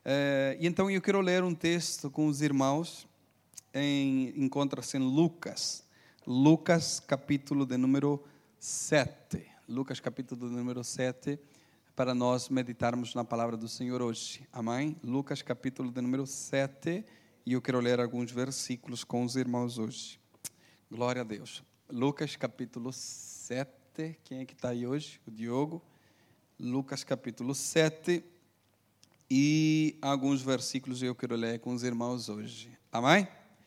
E então eu quero ler um texto com os irmãos, encontra-se em Lucas capítulo de número 7. Lucas capítulo de número 7, para nós meditarmos na palavra do Senhor hoje. Amém? Lucas capítulo de número 7, e eu quero ler alguns versículos com os irmãos hoje. Glória a Deus. Lucas capítulo 7, quem é que está aí hoje? O Diogo. Lucas capítulo 7, e alguns versículos eu quero ler com os irmãos hoje. Amém?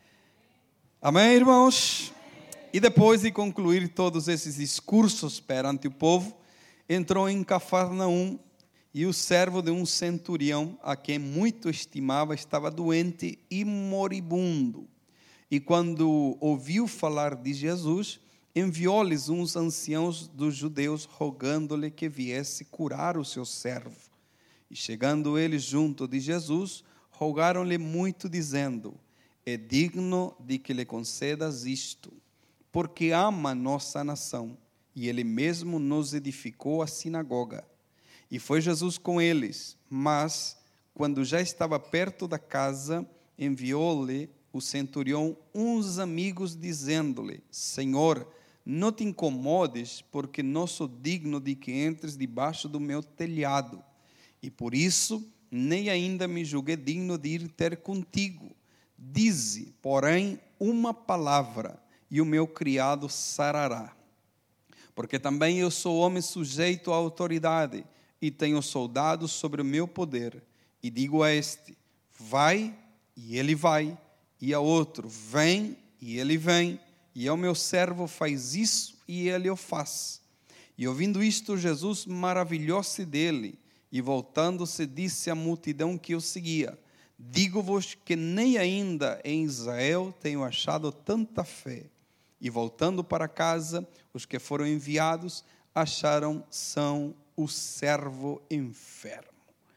Amém, irmãos? E depois de concluir todos esses discursos perante o povo, entrou em Cafarnaum, e o servo de um centurião, a quem muito estimava, estava doente e moribundo. E quando ouviu falar de Jesus, enviou-lhes uns anciãos dos judeus, rogando-lhe que viesse curar o seu servo. E chegando eles junto de Jesus, rogaram-lhe muito, dizendo: é digno de que lhe concedas isto, porque ama nossa nação, e ele mesmo nos edificou a sinagoga. E foi Jesus com eles, mas, quando já estava perto da casa, enviou-lhe o centurião uns amigos, dizendo-lhe: Senhor, não te incomodes, porque não sou digno de que entres debaixo do meu telhado. E por isso, nem ainda me julguei digno de ir ter contigo. Dize, porém, uma palavra, e o meu criado sarará. Porque também eu sou homem sujeito à autoridade, e tenho soldados sobre o meu poder. E digo a este: vai, e ele vai. E a outro: vem, e ele vem. E ao meu servo: faz isso, e ele o faz. E ouvindo isto, Jesus maravilhou-se dele, e voltando-se, disse à multidão que o seguia: digo-vos que nem ainda em Israel tenho achado tanta fé. E voltando para casa, os que foram enviados acharam são o servo enfermo.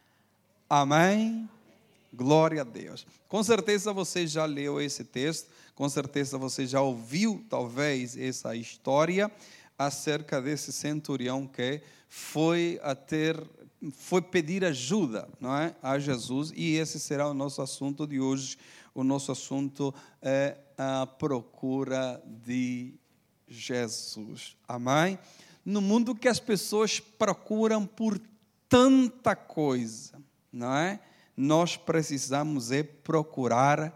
Amém? Glória a Deus. Com certeza você já leu esse texto, com certeza você já ouviu talvez essa história acerca desse centurião que foi pedir ajuda, não é, a Jesus, e esse será o nosso assunto de hoje. O nosso assunto é a procura de Jesus. Amém? No mundo que as pessoas procuram por tanta coisa, não é? Nós precisamos procurar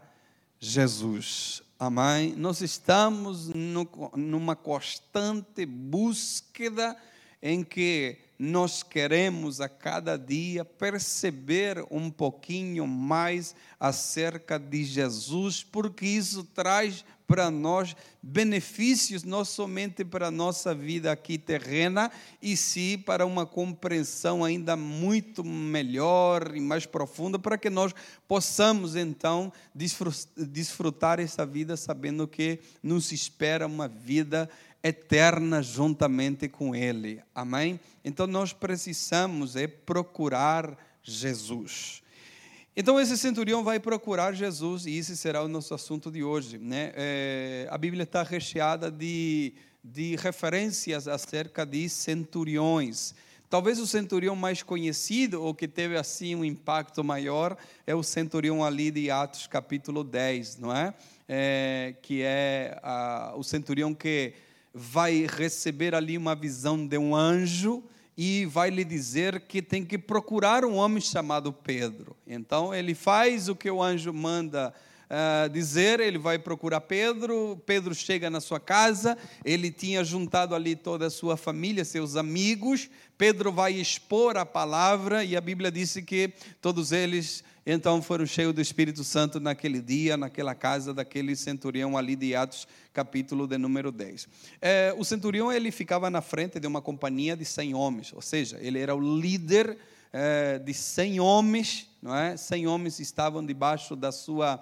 Jesus. Amém? Nós estamos numa constante búsqueda em que nós queremos a cada dia perceber um pouquinho mais acerca de Jesus, porque isso traz para nós benefícios, não somente para a nossa vida aqui terrena, e sim para uma compreensão ainda muito melhor e mais profunda, para que nós possamos então desfrutar essa vida sabendo que nos espera uma vida eterna juntamente com Ele. Amém? Então nós precisamos procurar Jesus. Então esse centurião vai procurar Jesus, e esse será o nosso assunto de hoje, né? A Bíblia está recheada de referências acerca de centuriões. Talvez o centurião mais conhecido, ou que teve assim um impacto maior, é o centurião ali de Atos capítulo 10, não é? Que é o centurião que vai receber ali uma visão de um anjo e vai lhe dizer que tem que procurar um homem chamado Pedro. Então ele faz o que o anjo manda dizer, ele vai procurar Pedro. Pedro chega na sua casa, ele tinha juntado ali toda a sua família, seus amigos. Pedro vai expor a palavra, e a Bíblia disse que todos eles então foram cheios do Espírito Santo naquele dia, naquela casa daquele centurião ali de Atos, capítulo de número 10. O centurião, ele ficava na frente de uma companhia de 100 homens, ou seja, ele era o líder de 100 homens, não é? 100 homens estavam debaixo da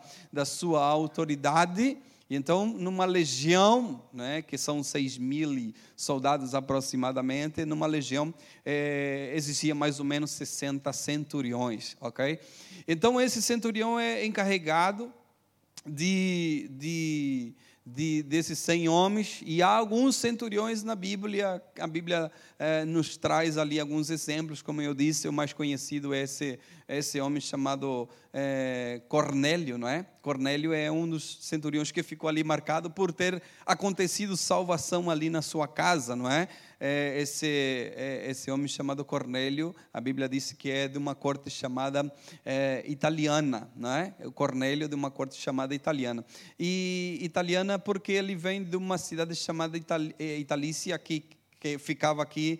sua autoridade. E então, numa legião, né, que são 6.000 soldados aproximadamente, numa legião existia mais ou menos 60 centuriões, ok? Então, esse centurião é encarregado de desses 100 homens, e há alguns centuriões na Bíblia. A Bíblia nos traz ali alguns exemplos, como eu disse. O mais conhecido é esse homem chamado Cornélio, não é? Cornélio é um dos centuriões que ficou ali marcado por ter acontecido salvação ali na sua casa, não é? Esse homem chamado Cornélio, a Bíblia diz que é de uma corte chamada italiana, não é? O Cornélio de uma corte chamada italiana. E italiana porque ele vem de uma cidade chamada Italícia, que ficava aqui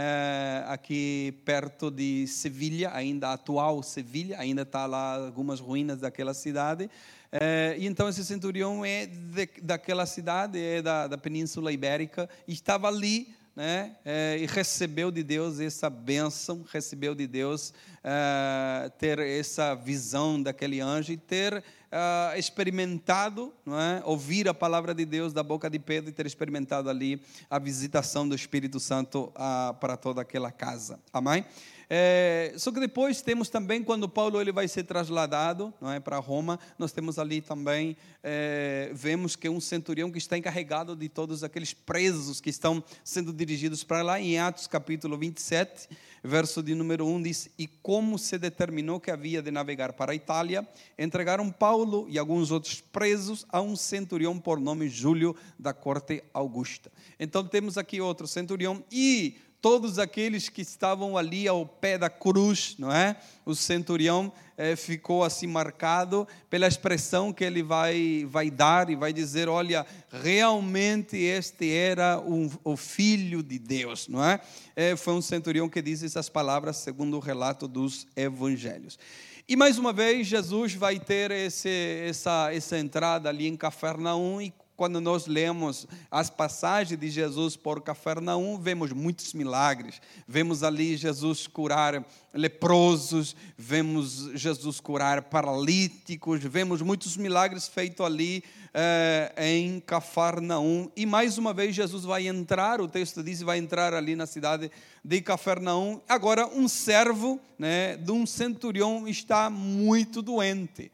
perto de Sevilha, ainda a atual Sevilha, ainda está lá algumas ruínas daquela cidade. E então esse centurião é daquela cidade, é da Península Ibérica, e estava ali, né? E recebeu de Deus essa bênção, recebeu de Deus ter essa visão daquele anjo e ter experimentado, não é? Ouvir a palavra de Deus da boca de Pedro e ter experimentado ali a visitação do Espírito Santo para toda aquela casa. Amém? Só que depois temos também, quando Paulo ele vai ser trasladado, não é, para Roma, nós temos ali também, vemos que um centurião que está encarregado de todos aqueles presos que estão sendo dirigidos para lá. Em Atos capítulo 27, verso de número 1, diz: e como se determinou que havia de navegar para a Itália, entregaram Paulo e alguns outros presos a um centurião por nome Júlio, da corte Augusta. Então temos aqui outro centurião e todos aqueles que estavam ali ao pé da cruz, não é? O centurião ficou assim marcado pela expressão que ele vai dar e vai dizer: olha, realmente este era o Filho de Deus, não é? Foi um centurião que diz essas palavras segundo o relato dos evangelhos. E mais uma vez Jesus vai ter essa entrada ali em Cafarnaum, e quando nós lemos as passagens de Jesus por Cafarnaum, vemos muitos milagres. Vemos ali Jesus curar leprosos, vemos Jesus curar paralíticos, vemos muitos milagres feitos ali em Cafarnaum. E mais uma vez Jesus vai entrar, o texto diz, vai entrar ali na cidade de Cafarnaum. Agora um servo, né, de um centurião está muito doente,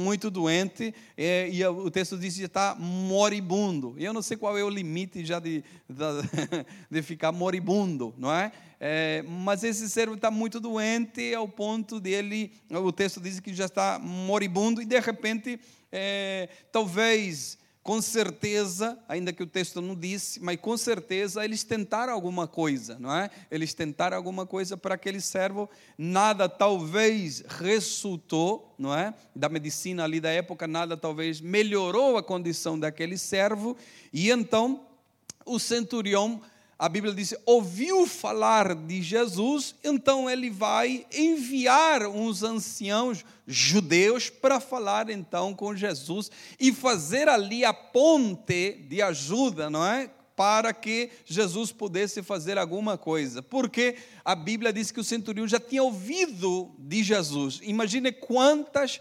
e o texto diz que está moribundo. Eu não sei qual é o limite já de ficar moribundo, não é? Mas esse servo está muito doente ao ponto dele, o texto diz que já está moribundo, e de repente, talvez, com certeza, ainda que o texto não disse, mas com certeza eles tentaram alguma coisa, não é? Eles tentaram alguma coisa para aquele servo, nada talvez resultou, não é? Da medicina ali da época, nada talvez melhorou a condição daquele servo, e então o centurião, a Bíblia diz, ouviu falar de Jesus, então ele vai enviar uns anciãos judeus para falar então com Jesus e fazer ali a ponte de ajuda, não é? Para que Jesus pudesse fazer alguma coisa, porque a Bíblia diz que o centurião já tinha ouvido de Jesus. Imagine quantas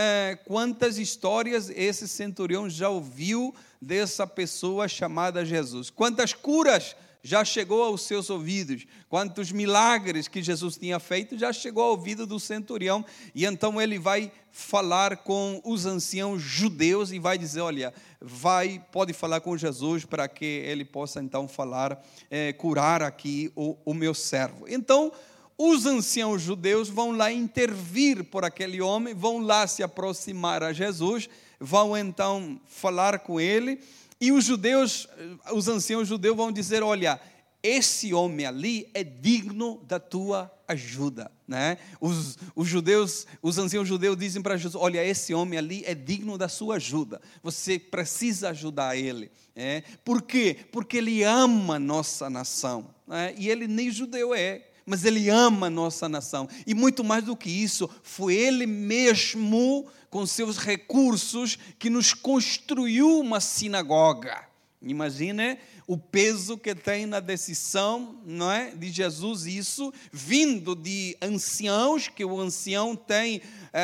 histórias esse centurião já ouviu dessa pessoa chamada Jesus, quantas curas já chegou aos seus ouvidos, quantos milagres que Jesus tinha feito já chegou ao ouvido do centurião, e então ele vai falar com os anciãos judeus e vai dizer, olha, pode falar com Jesus para que ele possa então curar aqui o meu servo. Então os anciãos judeus vão lá intervir por aquele homem, vão lá se aproximar a Jesus, vão então falar com ele. E os anciãos judeus vão dizer, olha, esse homem ali é digno da tua ajuda, né? Os anciãos judeus dizem para Jesus, olha, esse homem ali é digno da sua ajuda, você precisa ajudar ele. Por quê? Porque ele ama nossa nação, né? E ele nem judeu mas ele ama a nossa nação, e muito mais do que isso, foi ele mesmo, com seus recursos, que nos construiu uma sinagoga. Imagine o peso que tem na decisão, não é, de Jesus, isso vindo de anciãos, que o ancião tem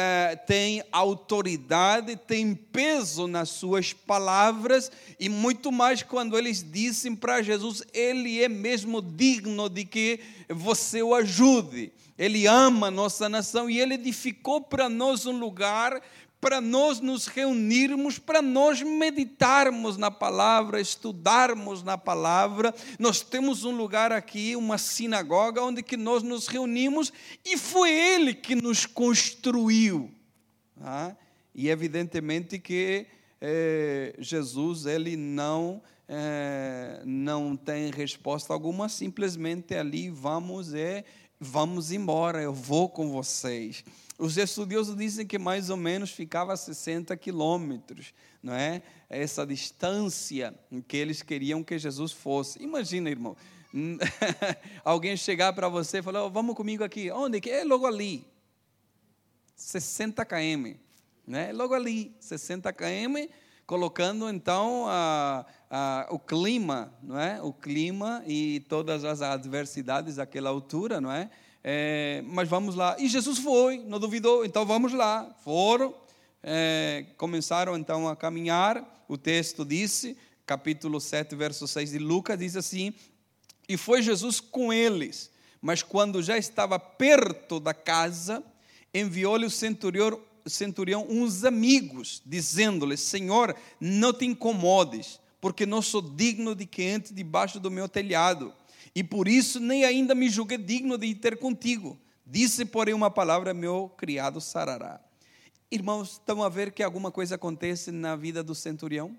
autoridade, tem peso nas suas palavras, e muito mais quando eles dizem para Jesus, ele é mesmo digno de que você o ajude, ele ama a nossa nação, e ele edificou para nós um lugar para nós nos reunirmos, para nós meditarmos na palavra, estudarmos na palavra. Nós temos um lugar aqui, uma sinagoga, onde que nós nos reunimos, e foi Ele que nos construiu. E evidentemente que Jesus, Ele não tem resposta alguma, simplesmente ali vamos embora, eu vou com vocês. Os estudiosos dizem que mais ou menos ficava a 60 quilômetros, não é? Essa distância em que eles queriam que Jesus fosse. Imagina, irmão, alguém chegar para você e falar, vamos comigo aqui. Onde? É logo ali. 60 km, né? Logo ali, 60 km, colocando então o clima, não é? O clima e todas as adversidades daquela altura, não é? Mas vamos lá. E Jesus foi, não duvidou, então vamos lá. Foram, começaram então a caminhar. O texto disse, capítulo 7, verso 6 de Lucas, diz assim: e foi Jesus com eles, mas quando já estava perto da casa, enviou-lhe o centurião uns amigos, dizendo-lhe: Senhor, não te incomodes, porque não sou digno de que entre debaixo do meu telhado, e por isso nem ainda me julguei digno de ir ter contigo. Disse, porém, uma palavra, meu criado sarará. Irmãos, estão a ver que alguma coisa acontece na vida do centurião?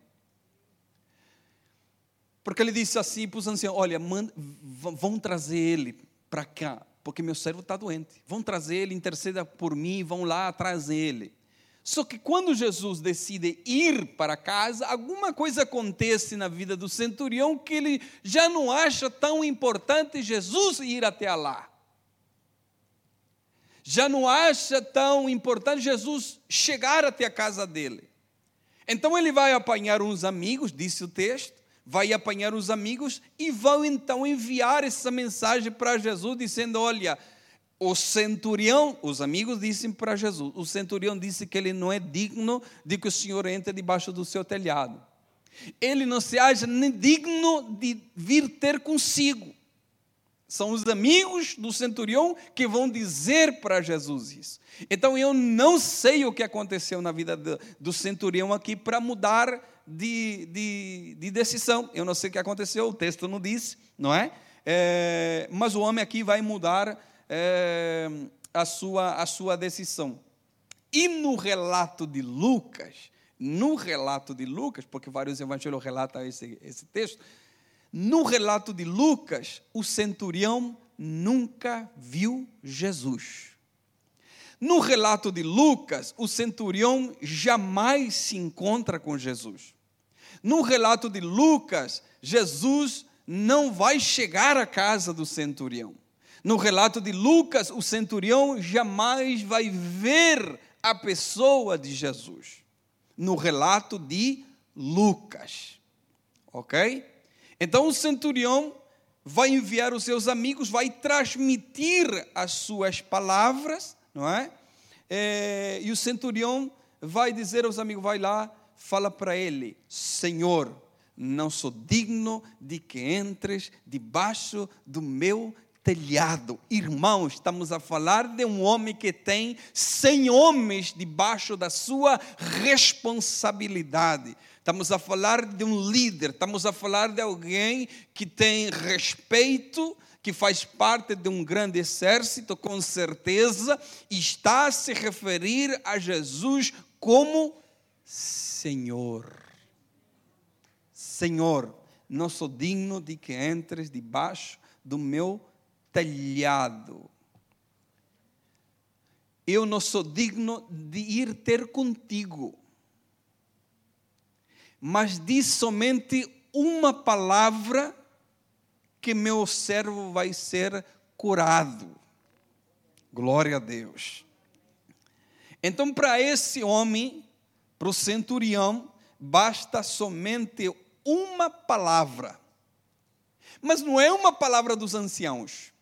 Porque ele disse assim para os anciãos: olha, vão trazer ele para cá, porque meu servo está doente. Vão trazer ele, interceda por mim, vão lá trazer ele. Só que quando Jesus decide ir para casa, alguma coisa acontece na vida do centurião que ele já não acha tão importante Jesus ir até lá. Já não acha tão importante Jesus chegar até a casa dele. Então ele vai apanhar uns amigos, disse o texto, vai apanhar os amigos e vão então enviar essa mensagem para Jesus, dizendo: olha, o centurião, os amigos dizem para Jesus, o centurião disse que ele não é digno de que o Senhor entre debaixo do seu telhado. Ele não se acha nem digno de vir ter consigo. São os amigos do centurião que vão dizer para Jesus isso. Então eu não sei o que aconteceu na vida do centurião aqui para mudar de decisão. Eu não sei o que aconteceu, o texto não disse, não é? Mas o homem aqui vai mudar a sua decisão. E no relato de Lucas, porque vários evangelhos relatam esse texto, no relato de Lucas, o centurião nunca viu Jesus. No relato de Lucas, o centurião jamais se encontra com Jesus. No relato de Lucas, Jesus não vai chegar à casa do centurião. No relato de Lucas, o centurião jamais vai ver a pessoa de Jesus. No relato de Lucas. Ok? Então o centurião vai enviar os seus amigos, vai transmitir as suas palavras, não é? E o centurião vai dizer aos amigos, vai lá, fala para ele: Senhor, não sou digno de que entres debaixo do meu telhado. Irmãos, estamos a falar de um homem que tem 100 homens debaixo da sua responsabilidade. Estamos a falar de um líder, estamos a falar de alguém que tem respeito, que faz parte de um grande exército, com certeza, e está a se referir a Jesus como Senhor. Senhor, não sou digno de que entres debaixo do meu telhado. Eu não sou digno de ir ter contigo. Mas diz somente uma palavra que meu servo vai ser curado. Glória a Deus. Então, para esse homem, para o centurião, basta somente uma palavra. Mas não é uma palavra dos anciãos.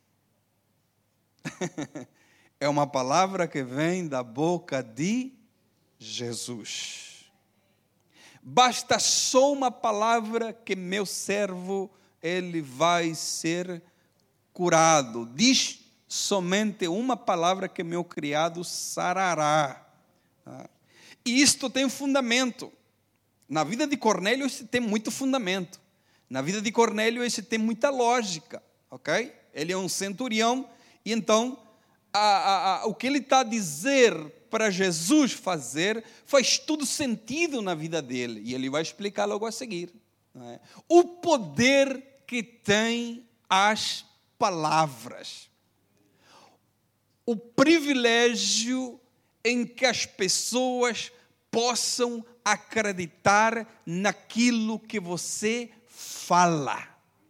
É uma palavra que vem da boca de Jesus. Basta só uma palavra que meu servo, ele vai ser curado. Diz somente uma palavra que meu criado sarará. E isto tem fundamento. Na vida de Cornélio isso tem muito fundamento. Na vida de Cornélio isso tem muita lógica, ok? Ele é um centurião e então o que ele está a dizer para Jesus fazer faz todo sentido na vida dele. E ele vai explicar logo a seguir. Não é? O poder que tem as palavras. O privilégio em que as pessoas possam acreditar naquilo que você fala.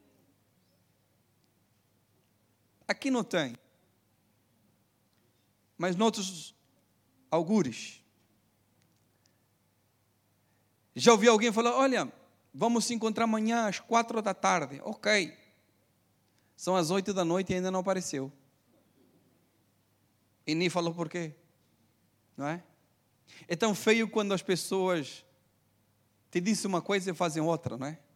Aqui não tem. Mas noutros algures. Já ouvi alguém falar, olha, vamos se encontrar amanhã às 4 da tarde. Ok. São as 8 da noite e ainda não apareceu. E nem falou por quê. Não é? É tão feio quando as pessoas te dizem uma coisa e fazem outra, não é?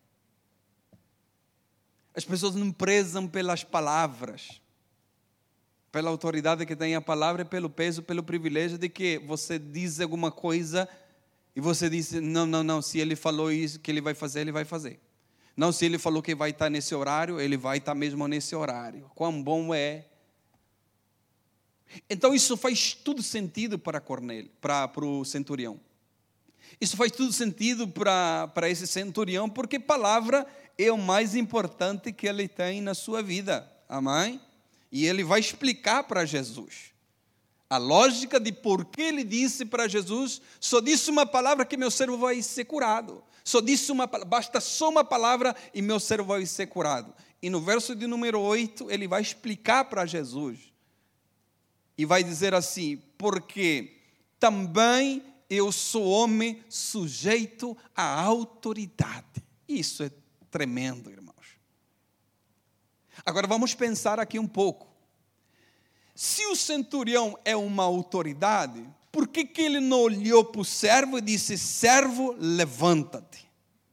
As pessoas não prezam pelas palavras, pela autoridade que tem a palavra e pelo peso, pelo privilégio de que você diz alguma coisa e você diz, não, se ele falou isso que ele vai fazer, ele vai fazer. Não, se ele falou que vai estar nesse horário, ele vai estar mesmo nesse horário. Quão bom é. Então isso faz tudo sentido para Cornélio, para o centurião. Isso faz tudo sentido para esse centurião, porque palavra é o mais importante que ele tem na sua vida. Amém? E ele vai explicar para Jesus a lógica de por que ele disse para Jesus, só disse uma palavra que meu servo vai ser curado. Basta só uma palavra e meu servo vai ser curado. E no verso de número 8, ele vai explicar para Jesus. E vai dizer assim, porque também eu sou homem sujeito à autoridade. Isso é tremendo, irmãos. Agora vamos pensar aqui um pouco. Se o centurião é uma autoridade, por que ele não olhou para o servo e disse, servo, levanta-te?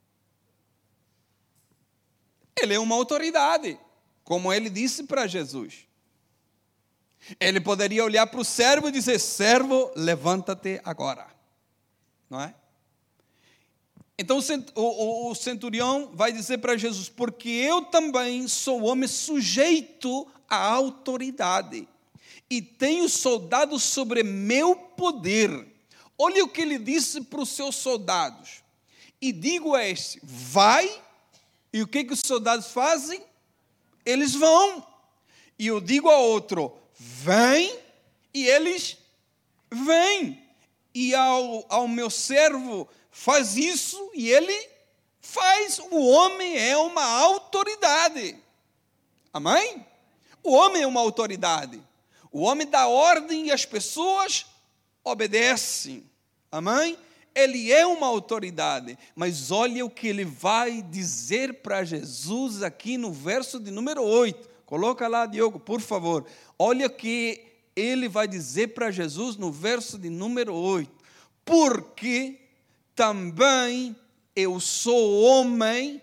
Ele é uma autoridade, como ele disse para Jesus. Ele poderia olhar para o servo e dizer, servo, levanta-te agora. Não é? Então o centurião vai dizer para Jesus, porque eu também sou homem sujeito à autoridade e tenho soldados sobre meu poder. Olha o que ele disse para os seus soldados. E digo a este, vai, e o que os soldados fazem? Eles vão. E eu digo a outro, vem, e eles vêm. E ao meu servo faz isso, e ele faz. O homem é uma autoridade. Amém? O homem é uma autoridade. O homem dá ordem e as pessoas obedecem. Amém? Ele é uma autoridade. Mas olha o que ele vai dizer para Jesus aqui no verso de número 8. Coloca lá, Diogo, por favor. Olha o que ele vai dizer para Jesus no verso de número 8. Porque também eu sou homem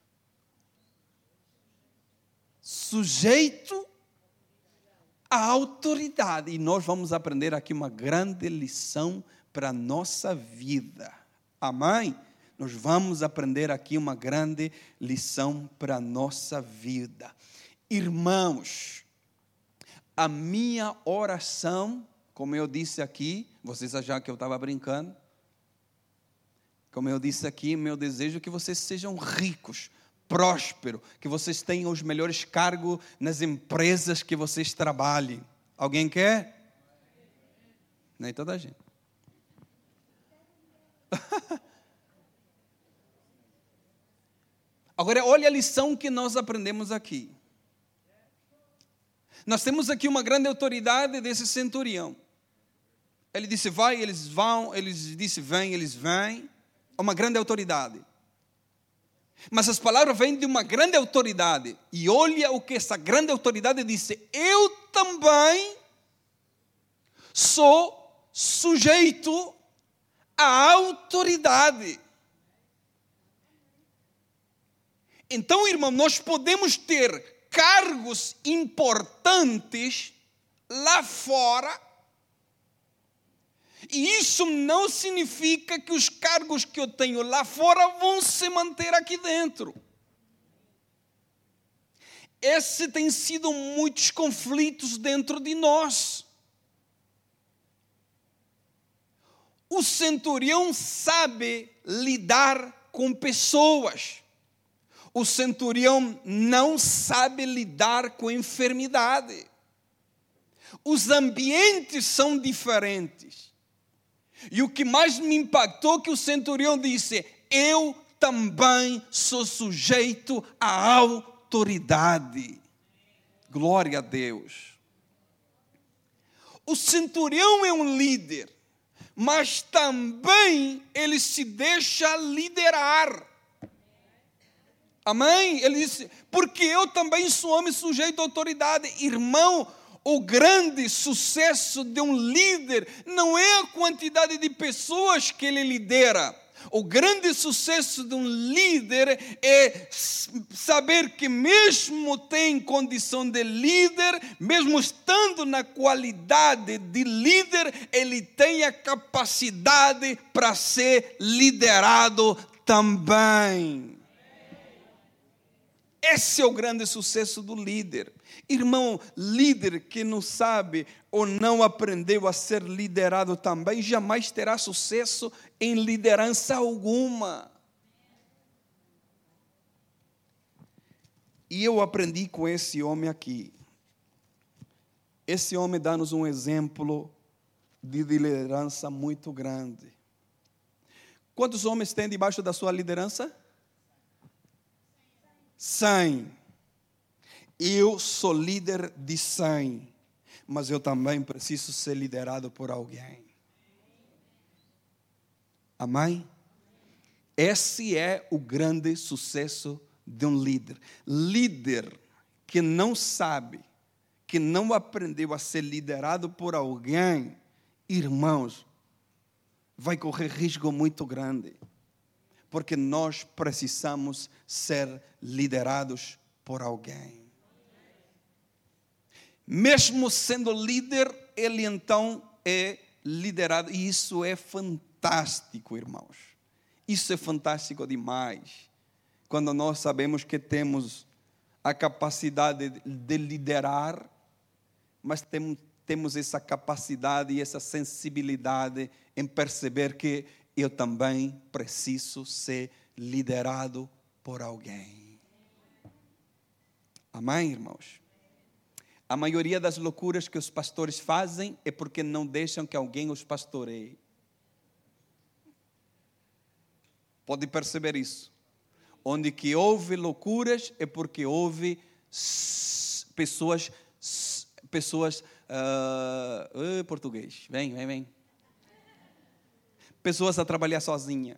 sujeito à autoridade. E nós vamos aprender aqui uma grande lição para a nossa vida. Amém? Nós vamos aprender aqui uma grande lição para a nossa vida. Irmãos, a minha oração, como eu disse aqui, vocês acharam que eu estava brincando? Como eu disse aqui, meu desejo é que vocês sejam ricos, prósperos, que vocês tenham os melhores cargos nas empresas que vocês trabalhem. Alguém quer? Nem toda a gente. Agora, olha a lição que nós aprendemos aqui. Nós temos aqui uma grande autoridade desse centurião. Ele disse, vai, eles vão. Ele disse, vem, eles vêm. É uma grande autoridade. Mas as palavras vêm de uma grande autoridade. E olha o que essa grande autoridade disse. Eu também sou sujeito à autoridade. Então, irmão, nós podemos ter cargos importantes lá fora E isso não significa que os cargos que eu tenho lá fora vão se manter aqui dentro. Esse tem sido muitos conflitos dentro de nós. O centurião sabe lidar com pessoas. O centurião não sabe lidar com enfermidade. Os ambientes são diferentes. E o que mais me impactou que o centurião disse: eu também sou sujeito à autoridade. Glória a Deus. O centurião é um líder, mas também ele se deixa liderar. Amém? Ele disse, porque eu também sou homem sujeito à autoridade. Irmão, o grande sucesso de um líder não é a quantidade de pessoas que ele lidera. O grande sucesso de um líder é saber que mesmo tem condição de líder, mesmo estando na qualidade de líder, ele tem a capacidade para ser liderado também. Esse é o grande sucesso do líder. Irmão, líder que não sabe ou não aprendeu a ser liderado também, jamais terá sucesso em liderança alguma. E eu aprendi com esse homem aqui. Esse homem dá-nos um exemplo de liderança muito grande. Quantos homens tem debaixo da sua liderança? 100. Eu sou líder de 100, mas eu também preciso ser liderado por alguém. Amém? Esse é o grande sucesso de um líder. Líder que não sabe, que não aprendeu a ser liderado por alguém, irmãos, vai correr risco muito grande. Porque nós precisamos ser liderados por alguém. Mesmo sendo líder, ele então é liderado. E isso é fantástico, irmãos. Isso é fantástico demais. Quando nós sabemos que temos a capacidade de liderar, mas temos essa capacidade e essa sensibilidade em perceber que eu também preciso ser liderado por alguém. Amém, irmãos? A maioria das loucuras que os pastores fazem é porque não deixam que alguém os pastoreie. Pode perceber isso. Onde que houve loucuras é porque houve pessoas português, vem. Pessoas a trabalhar sozinha.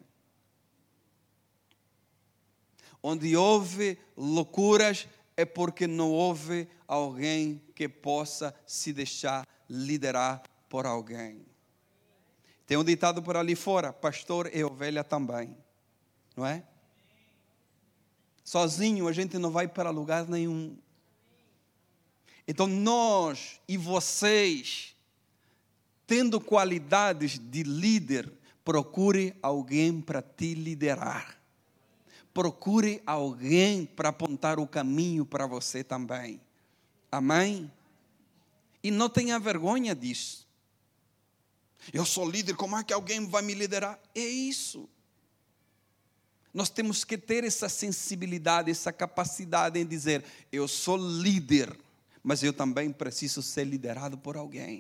Onde houve loucuras é porque não houve alguém que possa se deixar liderar por alguém. Tem um ditado por ali fora: pastor é ovelha também. Não é? Sozinho a gente não vai para lugar nenhum. Então nós e vocês, tendo qualidades de líder, procure alguém para te liderar. Procure alguém para apontar o caminho para você também. Amém? E não tenha vergonha disso. Eu sou líder, como é que alguém vai me liderar? É isso. Nós temos que ter essa sensibilidade, essa capacidade em dizer, eu sou líder, mas eu também preciso ser liderado por alguém.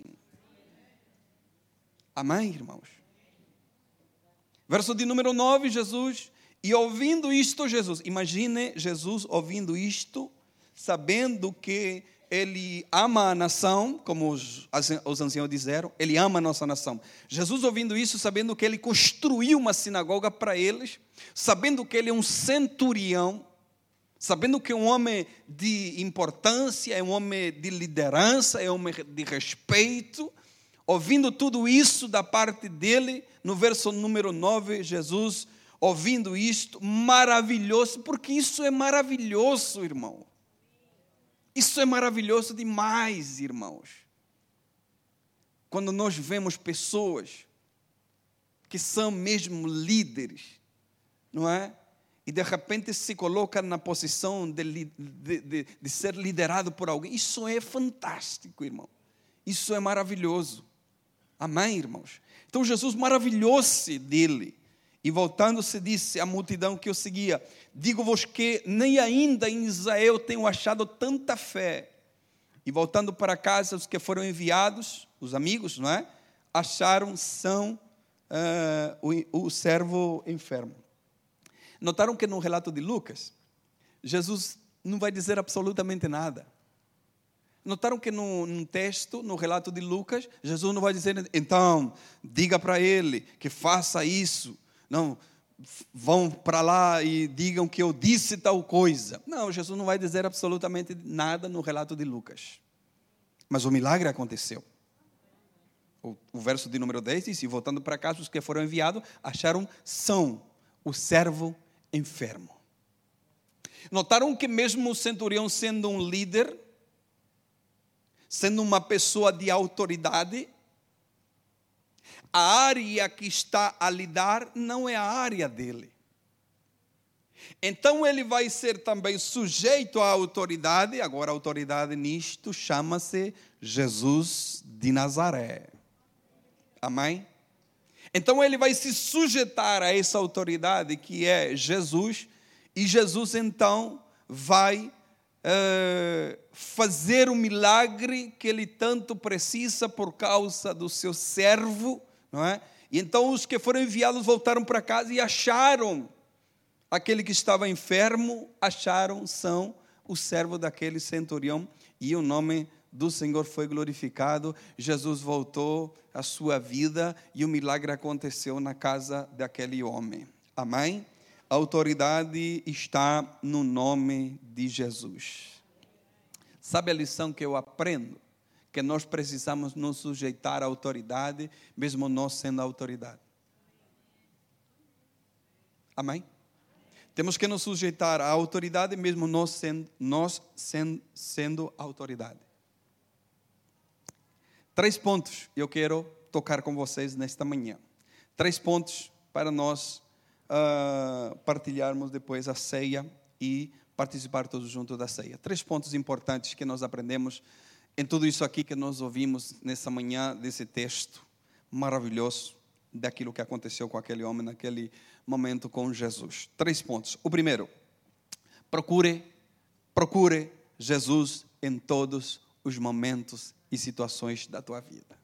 Amém, irmãos? Verso de número 9, Jesus, e ouvindo isto, imagine Jesus ouvindo isto, sabendo que ele ama a nação, como os anciãos disseram, ele ama a nossa nação. Jesus ouvindo isso, sabendo que ele construiu uma sinagoga para eles, sabendo que ele é um centurião, sabendo que é um homem de importância, é um homem de liderança, é um homem de respeito, ouvindo tudo isso da parte dele, no verso número 9, Jesus, ouvindo isto, maravilhoso, porque isso é maravilhoso, irmão. Isso é maravilhoso demais, irmãos. Quando nós vemos pessoas que são mesmo líderes, não é? E de repente se coloca na posição de ser liderado por alguém. Isso é fantástico, irmão. Isso é maravilhoso. Amém, irmãos? Então Jesus maravilhou-se dele. E voltando-se disse à multidão que o seguia: digo-vos que nem ainda em Israel tenho achado tanta fé. E voltando para casa, os que foram enviados, os amigos, não é? Acharam são o servo enfermo. Notaram que no relato de Lucas, Jesus não vai dizer absolutamente nada. Notaram que no texto, no relato de Lucas, Jesus não vai dizer, então, diga para ele que faça isso. Não, vão para lá e digam que eu disse tal coisa. Não, Jesus não vai dizer absolutamente nada no relato de Lucas. Mas o milagre aconteceu. O verso de número 10 diz, e voltando para casa, os que foram enviados acharam são o servo enfermo. Notaram que mesmo o centurião sendo um líder, sendo uma pessoa de autoridade, a área que está a lidar não é a área dele. Então ele vai ser também sujeito à autoridade. Agora a autoridade nisto chama-se Jesus de Nazaré. Amém? Então ele vai se sujeitar a essa autoridade que é Jesus. E Jesus então vai fazer o milagre que ele tanto precisa por causa do seu servo, não é? E então os que foram enviados voltaram para casa e acharam aquele que estava enfermo, acharam são o servo daquele centurião, e o nome do Senhor foi glorificado. Jesus voltou à sua vida e o milagre aconteceu na casa daquele homem. Amém? A autoridade está no nome de Jesus. Sabe a lição que eu aprendo? Que nós precisamos nos sujeitar à autoridade, mesmo nós sendo a autoridade. Amém? Temos que nos sujeitar à autoridade, mesmo nós sendo autoridade. 3 pontos eu quero tocar com vocês nesta manhã. 3 pontos para nós partilharmos depois a ceia e participar todos juntos da ceia. 3 pontos importantes que nós aprendemos em tudo isso aqui que nós ouvimos nessa manhã, desse texto maravilhoso, daquilo que aconteceu com aquele homem naquele momento com Jesus. 3 pontos. O primeiro, procure Jesus em todos os momentos e situações da tua vida.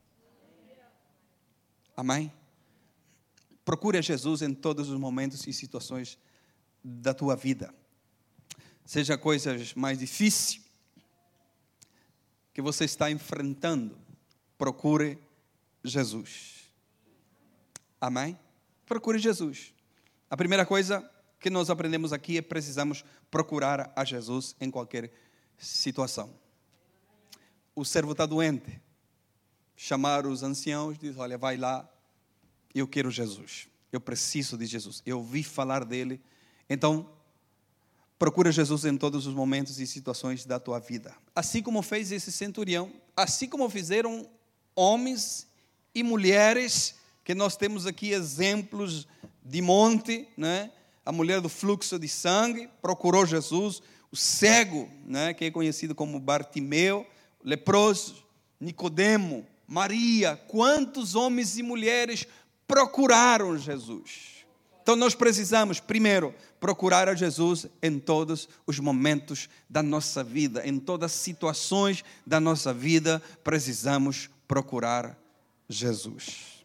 Amém? Procure Jesus em todos os momentos e situações da tua vida. Seja coisas mais difíceis que você está enfrentando, procure Jesus. Amém? Procure Jesus. A primeira coisa que nós aprendemos aqui é precisamos procurar a Jesus em qualquer situação. O servo está doente. Chamar os anciãos, diz, olha, vai lá, eu quero Jesus. Eu preciso de Jesus. Eu ouvi falar dele. Então, procura Jesus em todos os momentos e situações da tua vida. Assim como fez esse centurião, assim como fizeram homens e mulheres, que nós temos aqui exemplos de monte, né? A mulher do fluxo de sangue procurou Jesus, o cego, né? Que é conhecido como Bartimeu, leproso, Nicodemo, Maria, quantos homens e mulheres procuraram Jesus. Então nós precisamos, primeiro, procurar a Jesus em todos os momentos da nossa vida, em todas as situações da nossa vida, precisamos procurar Jesus.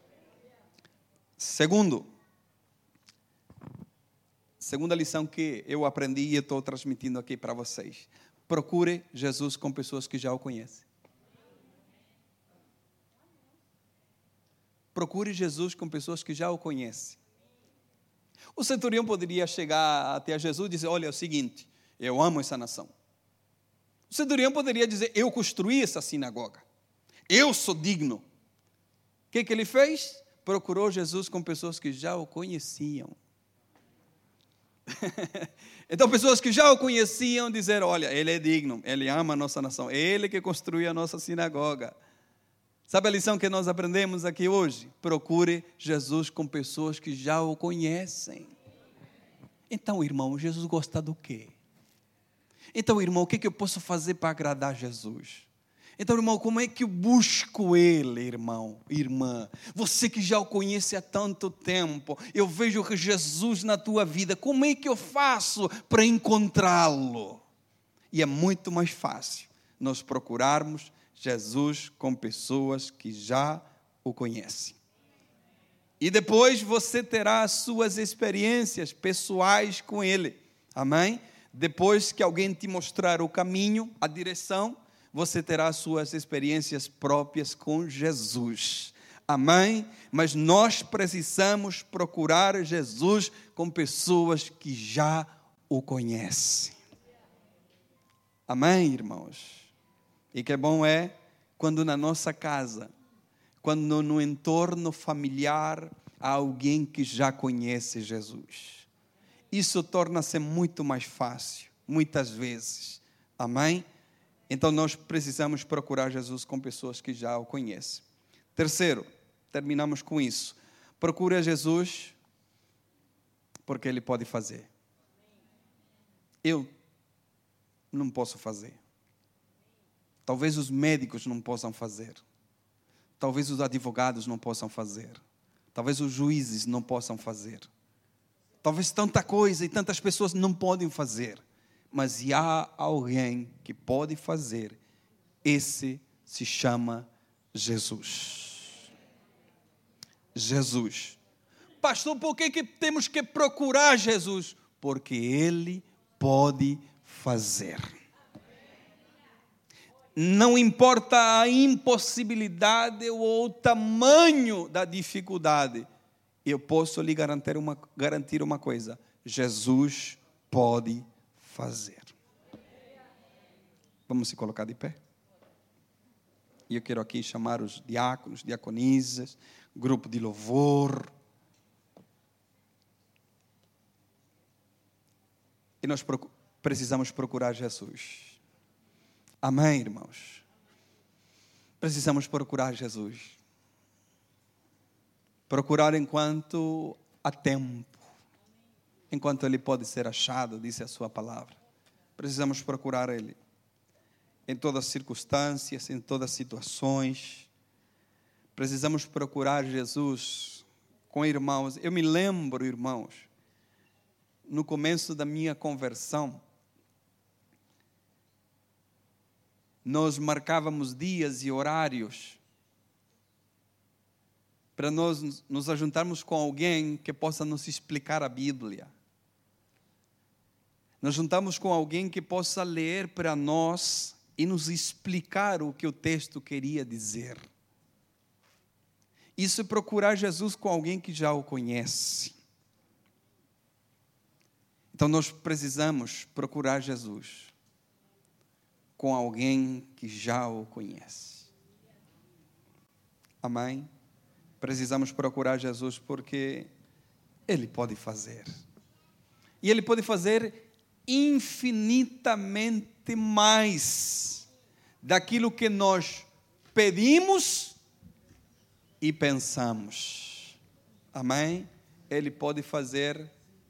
Segunda lição que eu aprendi e estou transmitindo aqui para vocês. Procure Jesus com pessoas que já o conhecem. Procure Jesus com pessoas que já o conhecem. O centurião poderia chegar até Jesus e dizer, olha, é o seguinte, eu amo essa nação. O centurião poderia dizer, eu construí essa sinagoga. Eu sou digno. O que ele fez? Procurou Jesus com pessoas que já o conheciam. Então, pessoas que já o conheciam dizer, olha, ele é digno, ele ama a nossa nação, ele que construiu a nossa sinagoga. Sabe a lição que nós aprendemos aqui hoje? Procure Jesus com pessoas que já o conhecem. Então, irmão, Jesus gosta do quê? Então, irmão, o que eu posso fazer para agradar Jesus? Então, irmão, como é que eu busco Ele, irmão, irmã? Você que já o conhece há tanto tempo, eu vejo Jesus na tua vida, como é que eu faço para encontrá-lo? E é muito mais fácil nós procurarmos Jesus com pessoas que já o conhecem. E depois você terá as suas experiências pessoais com Ele. Amém? Depois que alguém te mostrar o caminho, a direção, você terá as suas experiências próprias com Jesus. Amém? Mas nós precisamos procurar Jesus com pessoas que já o conhecem. Amém, irmãos? E que bom é quando na nossa casa, quando no entorno familiar há alguém que já conhece Jesus. Isso torna-se muito mais fácil, muitas vezes. Amém? Então nós precisamos procurar Jesus com pessoas que já o conhecem. Terceiro, terminamos com isso. Procure Jesus porque Ele pode fazer. Eu não posso fazer. Talvez os médicos não possam fazer. Talvez os advogados não possam fazer. Talvez os juízes não possam fazer. Talvez tanta coisa e tantas pessoas não podem fazer. Mas há alguém que pode fazer. Esse se chama Jesus. Jesus. Pastor, por que temos que procurar Jesus? Porque Ele pode fazer. Não importa a impossibilidade ou o tamanho da dificuldade, eu posso lhe garantir uma coisa: Jesus pode fazer. Vamos se colocar de pé? E eu quero aqui chamar os diáconos, diaconisas, grupo de louvor. E nós precisamos procurar Jesus. Amém, irmãos? Precisamos procurar Jesus. Procurar enquanto há tempo. Enquanto Ele pode ser achado, disse a sua palavra. Precisamos procurar Ele. Em todas as circunstâncias, em todas as situações. Precisamos procurar Jesus com irmãos. Eu me lembro, irmãos, no começo da minha conversão, nós marcávamos dias e horários para nós nos ajuntarmos com alguém que possa nos explicar a Bíblia. Nos juntamos com alguém que possa ler para nós e nos explicar o que o texto queria dizer. Isso é procurar Jesus com alguém que já o conhece. Então nós precisamos procurar Jesus com alguém que já o conhece. Amém? Precisamos procurar Jesus porque Ele pode fazer. E Ele pode fazer infinitamente mais daquilo que nós pedimos e pensamos. Amém? Ele pode fazer.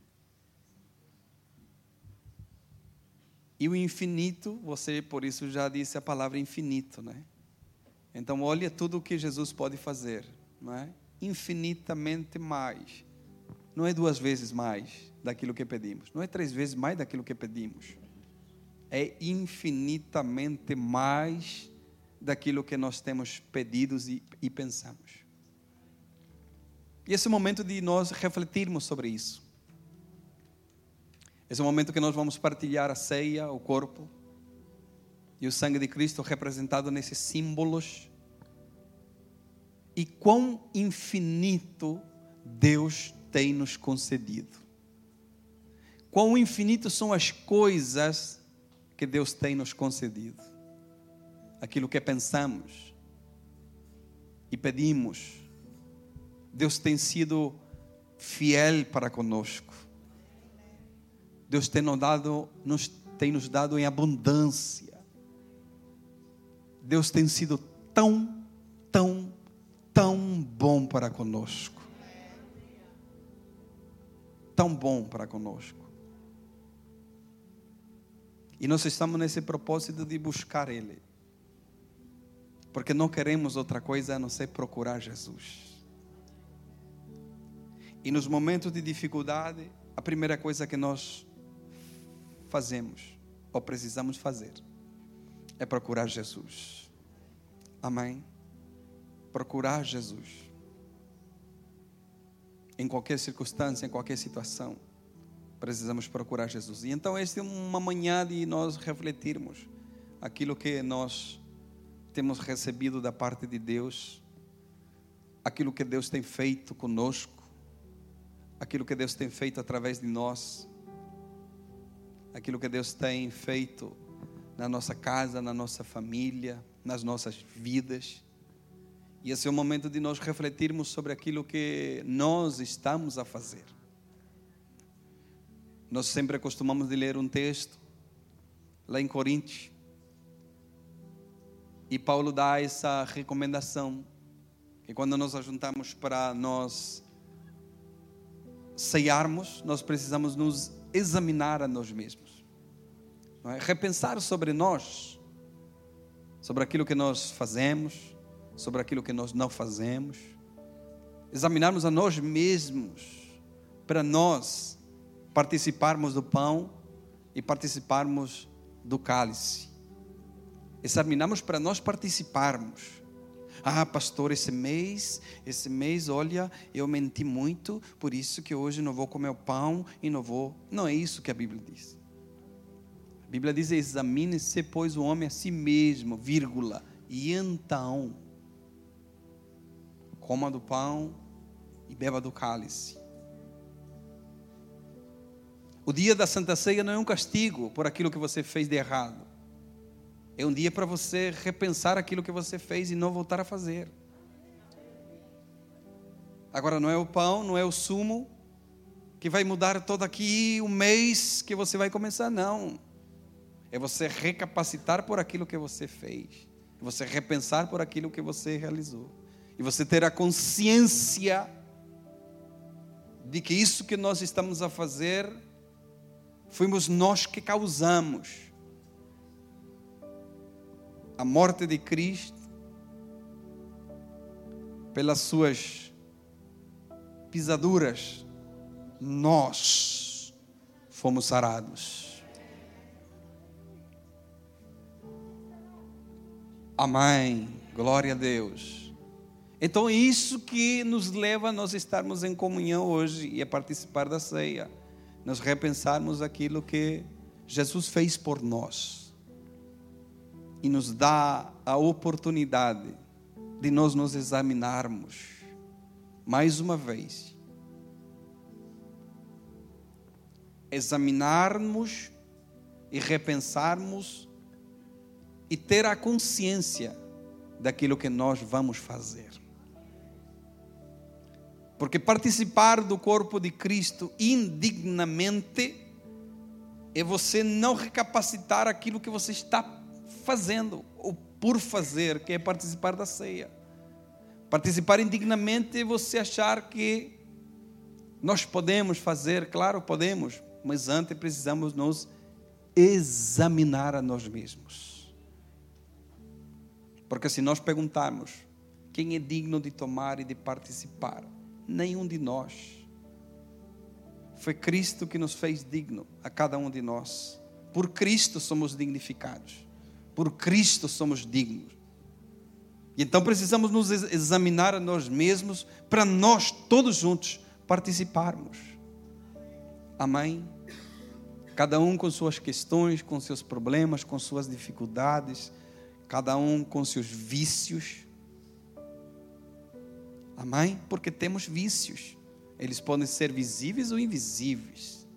E o infinito, você por isso já disse a palavra infinito, né? Então olha tudo o que Jesus pode fazer, não é? Infinitamente mais. Não é 2 vezes mais daquilo que pedimos. Não é 3 vezes mais daquilo que pedimos. É infinitamente mais daquilo que nós temos pedidos e pensamos. E esse é o momento de nós refletirmos sobre isso. Esse é o momento que nós vamos partilhar a ceia, o corpo e o sangue de Cristo representado nesses símbolos. E quão infinito Deus tem nos concedido. Quão infinito são as coisas que Deus tem nos concedido. Aquilo que pensamos e pedimos. Deus tem sido fiel para conosco. Deus tem nos dado em abundância. Deus tem sido tão tão, tão bom para conosco. Tão bom para conosco. E nós estamos nesse propósito de buscar Ele. Porque não queremos outra coisa a não ser procurar Jesus. E nos momentos de dificuldade, a primeira coisa que nós fazemos, ou precisamos fazer, é procurar Jesus. Amém? Procurar Jesus. Em qualquer circunstância, em qualquer situação, precisamos procurar Jesus. E então esta é uma manhã de nós refletirmos aquilo que nós temos recebido da parte de Deus, aquilo que Deus tem feito conosco, aquilo que Deus tem feito através de nós, aquilo que Deus tem feito na nossa casa, na nossa família, nas nossas vidas. E esse é o momento de nós refletirmos sobre aquilo que nós estamos a fazer. Nós sempre costumamos de ler um texto lá em Coríntios, e Paulo dá essa recomendação, que quando nós ajuntamos para nós ceiarmos, nós precisamos nos examinar a nós mesmos, não é? Repensar sobre nós, sobre aquilo que nós fazemos, sobre aquilo que nós não fazemos, examinarmos a nós mesmos, para nós participarmos do pão e participarmos do cálice. Examinamos para nós participarmos. Pastor, esse mês, olha, eu menti muito, por isso que hoje não vou comer o pão e não vou. Não é isso que a Bíblia diz. A Bíblia diz: examine-se, pois, o homem a si mesmo, vírgula, e então coma do pão e beba do cálice. O dia da Santa Ceia não é um castigo por aquilo que você fez de errado. É um dia para você repensar aquilo que você fez e não voltar a fazer. Agora, não é o pão, não é o sumo que vai mudar todo aqui o mês que você vai começar, não. É você recapacitar por aquilo que você fez. É você repensar por aquilo que você realizou. E você ter a consciência de que isso que nós estamos a fazer, fomos nós que causamos. A morte de Cristo, pelas suas pisaduras, nós fomos sarados. Amém. Glória a Deus. Então é isso que nos leva a nós estarmos em comunhão hoje e a participar da ceia. Nós repensarmos aquilo que Jesus fez por nós. E nos dá a oportunidade de nós nos examinarmos mais uma vez. Examinarmos e repensarmos e ter a consciência daquilo que nós vamos fazer. Porque participar do corpo de Cristo indignamente é você não recapacitar aquilo que você está fazendo, ou por fazer, que é participar da ceia. Participar indignamente é você achar que nós podemos fazer, claro, podemos, mas antes precisamos nos examinar a nós mesmos. Porque se nós perguntarmos quem é digno de tomar e de participar, nenhum de nós. Foi Cristo que nos fez digno a cada um de nós. Por Cristo somos dignificados. Por Cristo somos dignos. E então precisamos nos examinar a nós mesmos para nós todos juntos participarmos. Amém? Cada um com suas questões, com seus problemas, com suas dificuldades, cada um com seus vícios. Amém? Porque temos vícios. Eles podem ser visíveis ou invisíveis.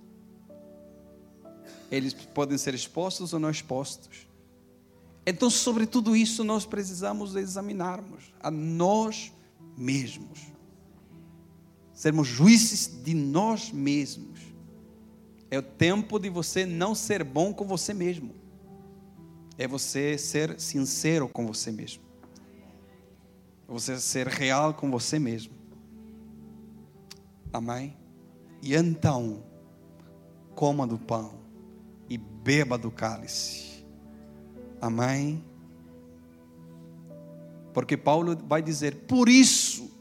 Eles podem ser expostos ou não expostos. Então, sobre tudo isso, nós precisamos examinarmos a nós mesmos. Sermos juízes de nós mesmos. É o tempo de você não ser bom com você mesmo. É você ser sincero com você mesmo. Você ser real com você mesmo. Amém? E então, coma do pão e beba do cálice. Amém? Porque Paulo vai dizer, por isso,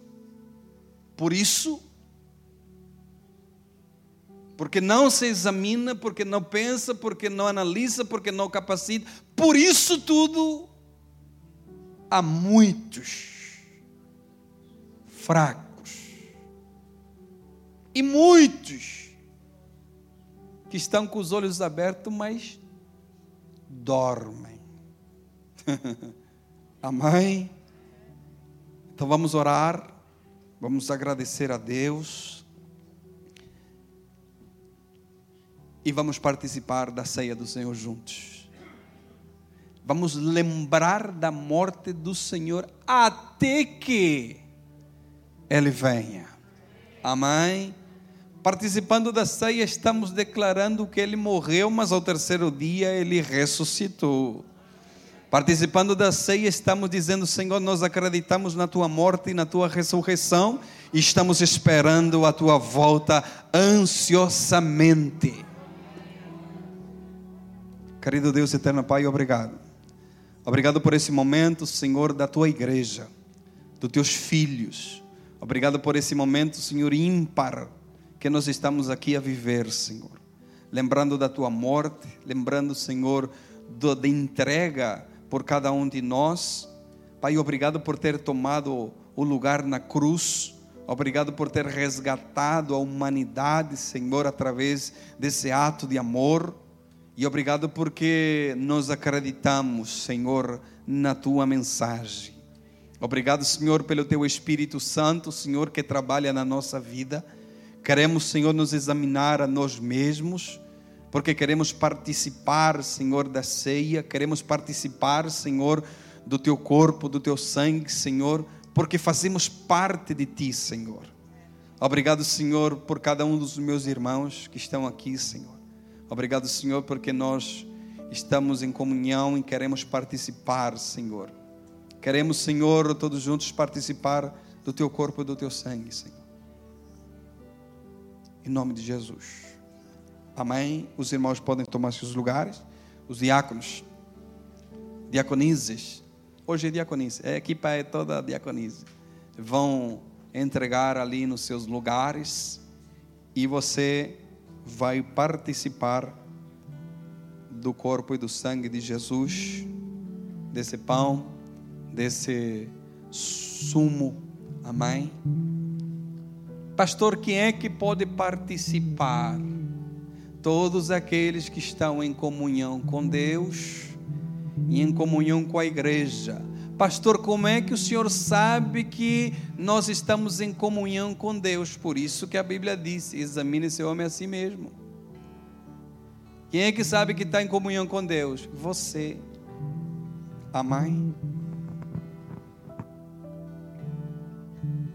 porque não se examina, porque não pensa, porque não analisa, porque não capacita, por isso tudo, há muitos fracos e muitos que estão com os olhos abertos, mas dormem. Amém? Então vamos orar, vamos agradecer a Deus e vamos participar da ceia do Senhor juntos. Vamos lembrar da morte do Senhor até que Ele venha. Amém? Participando da ceia, estamos declarando que Ele morreu, mas ao terceiro dia Ele ressuscitou. Participando da ceia, estamos dizendo, Senhor, nós acreditamos na Tua morte e na Tua ressurreição e estamos esperando a Tua volta ansiosamente. Querido Deus eterno Pai, obrigado. Obrigado por esse momento, Senhor, da Tua igreja, dos Teus filhos. Obrigado por esse momento, Senhor, ímpar, que nós estamos aqui a viver, Senhor. Lembrando da Tua morte, lembrando, Senhor, da entrega por cada um de nós. Pai, obrigado por ter tomado o lugar na cruz. Obrigado por ter resgatado a humanidade, Senhor, através desse ato de amor. E obrigado porque nós acreditamos, Senhor, na Tua mensagem. Obrigado, Senhor, pelo Teu Espírito Santo, Senhor, que trabalha na nossa vida. Queremos, Senhor, nos examinar a nós mesmos, porque queremos participar, Senhor, da ceia, queremos participar, Senhor, do Teu corpo, do Teu sangue, Senhor, porque fazemos parte de Ti, Senhor. Obrigado, Senhor, por cada um dos meus irmãos que estão aqui, Senhor. Obrigado, Senhor, porque nós estamos em comunhão e queremos participar, Senhor. Queremos, Senhor, todos juntos participar do Teu corpo e do Teu sangue, Senhor. Em nome de Jesus. Amém. Os irmãos podem tomar seus lugares. Os diáconos, diaconizes. Hoje é diaconise. A equipa é toda diaconise. Vão entregar ali nos seus lugares. E você vai participar do corpo e do sangue de Jesus. Desse pão, desse sumo. Amém. Pastor, quem é que pode participar? Todos aqueles que estão em comunhão com Deus e em comunhão com a igreja. Pastor, como é que o senhor sabe que nós estamos em comunhão com Deus? Por isso que a Bíblia diz, examine seu homem a si mesmo. Quem é que sabe que está em comunhão com Deus? Você. Amém?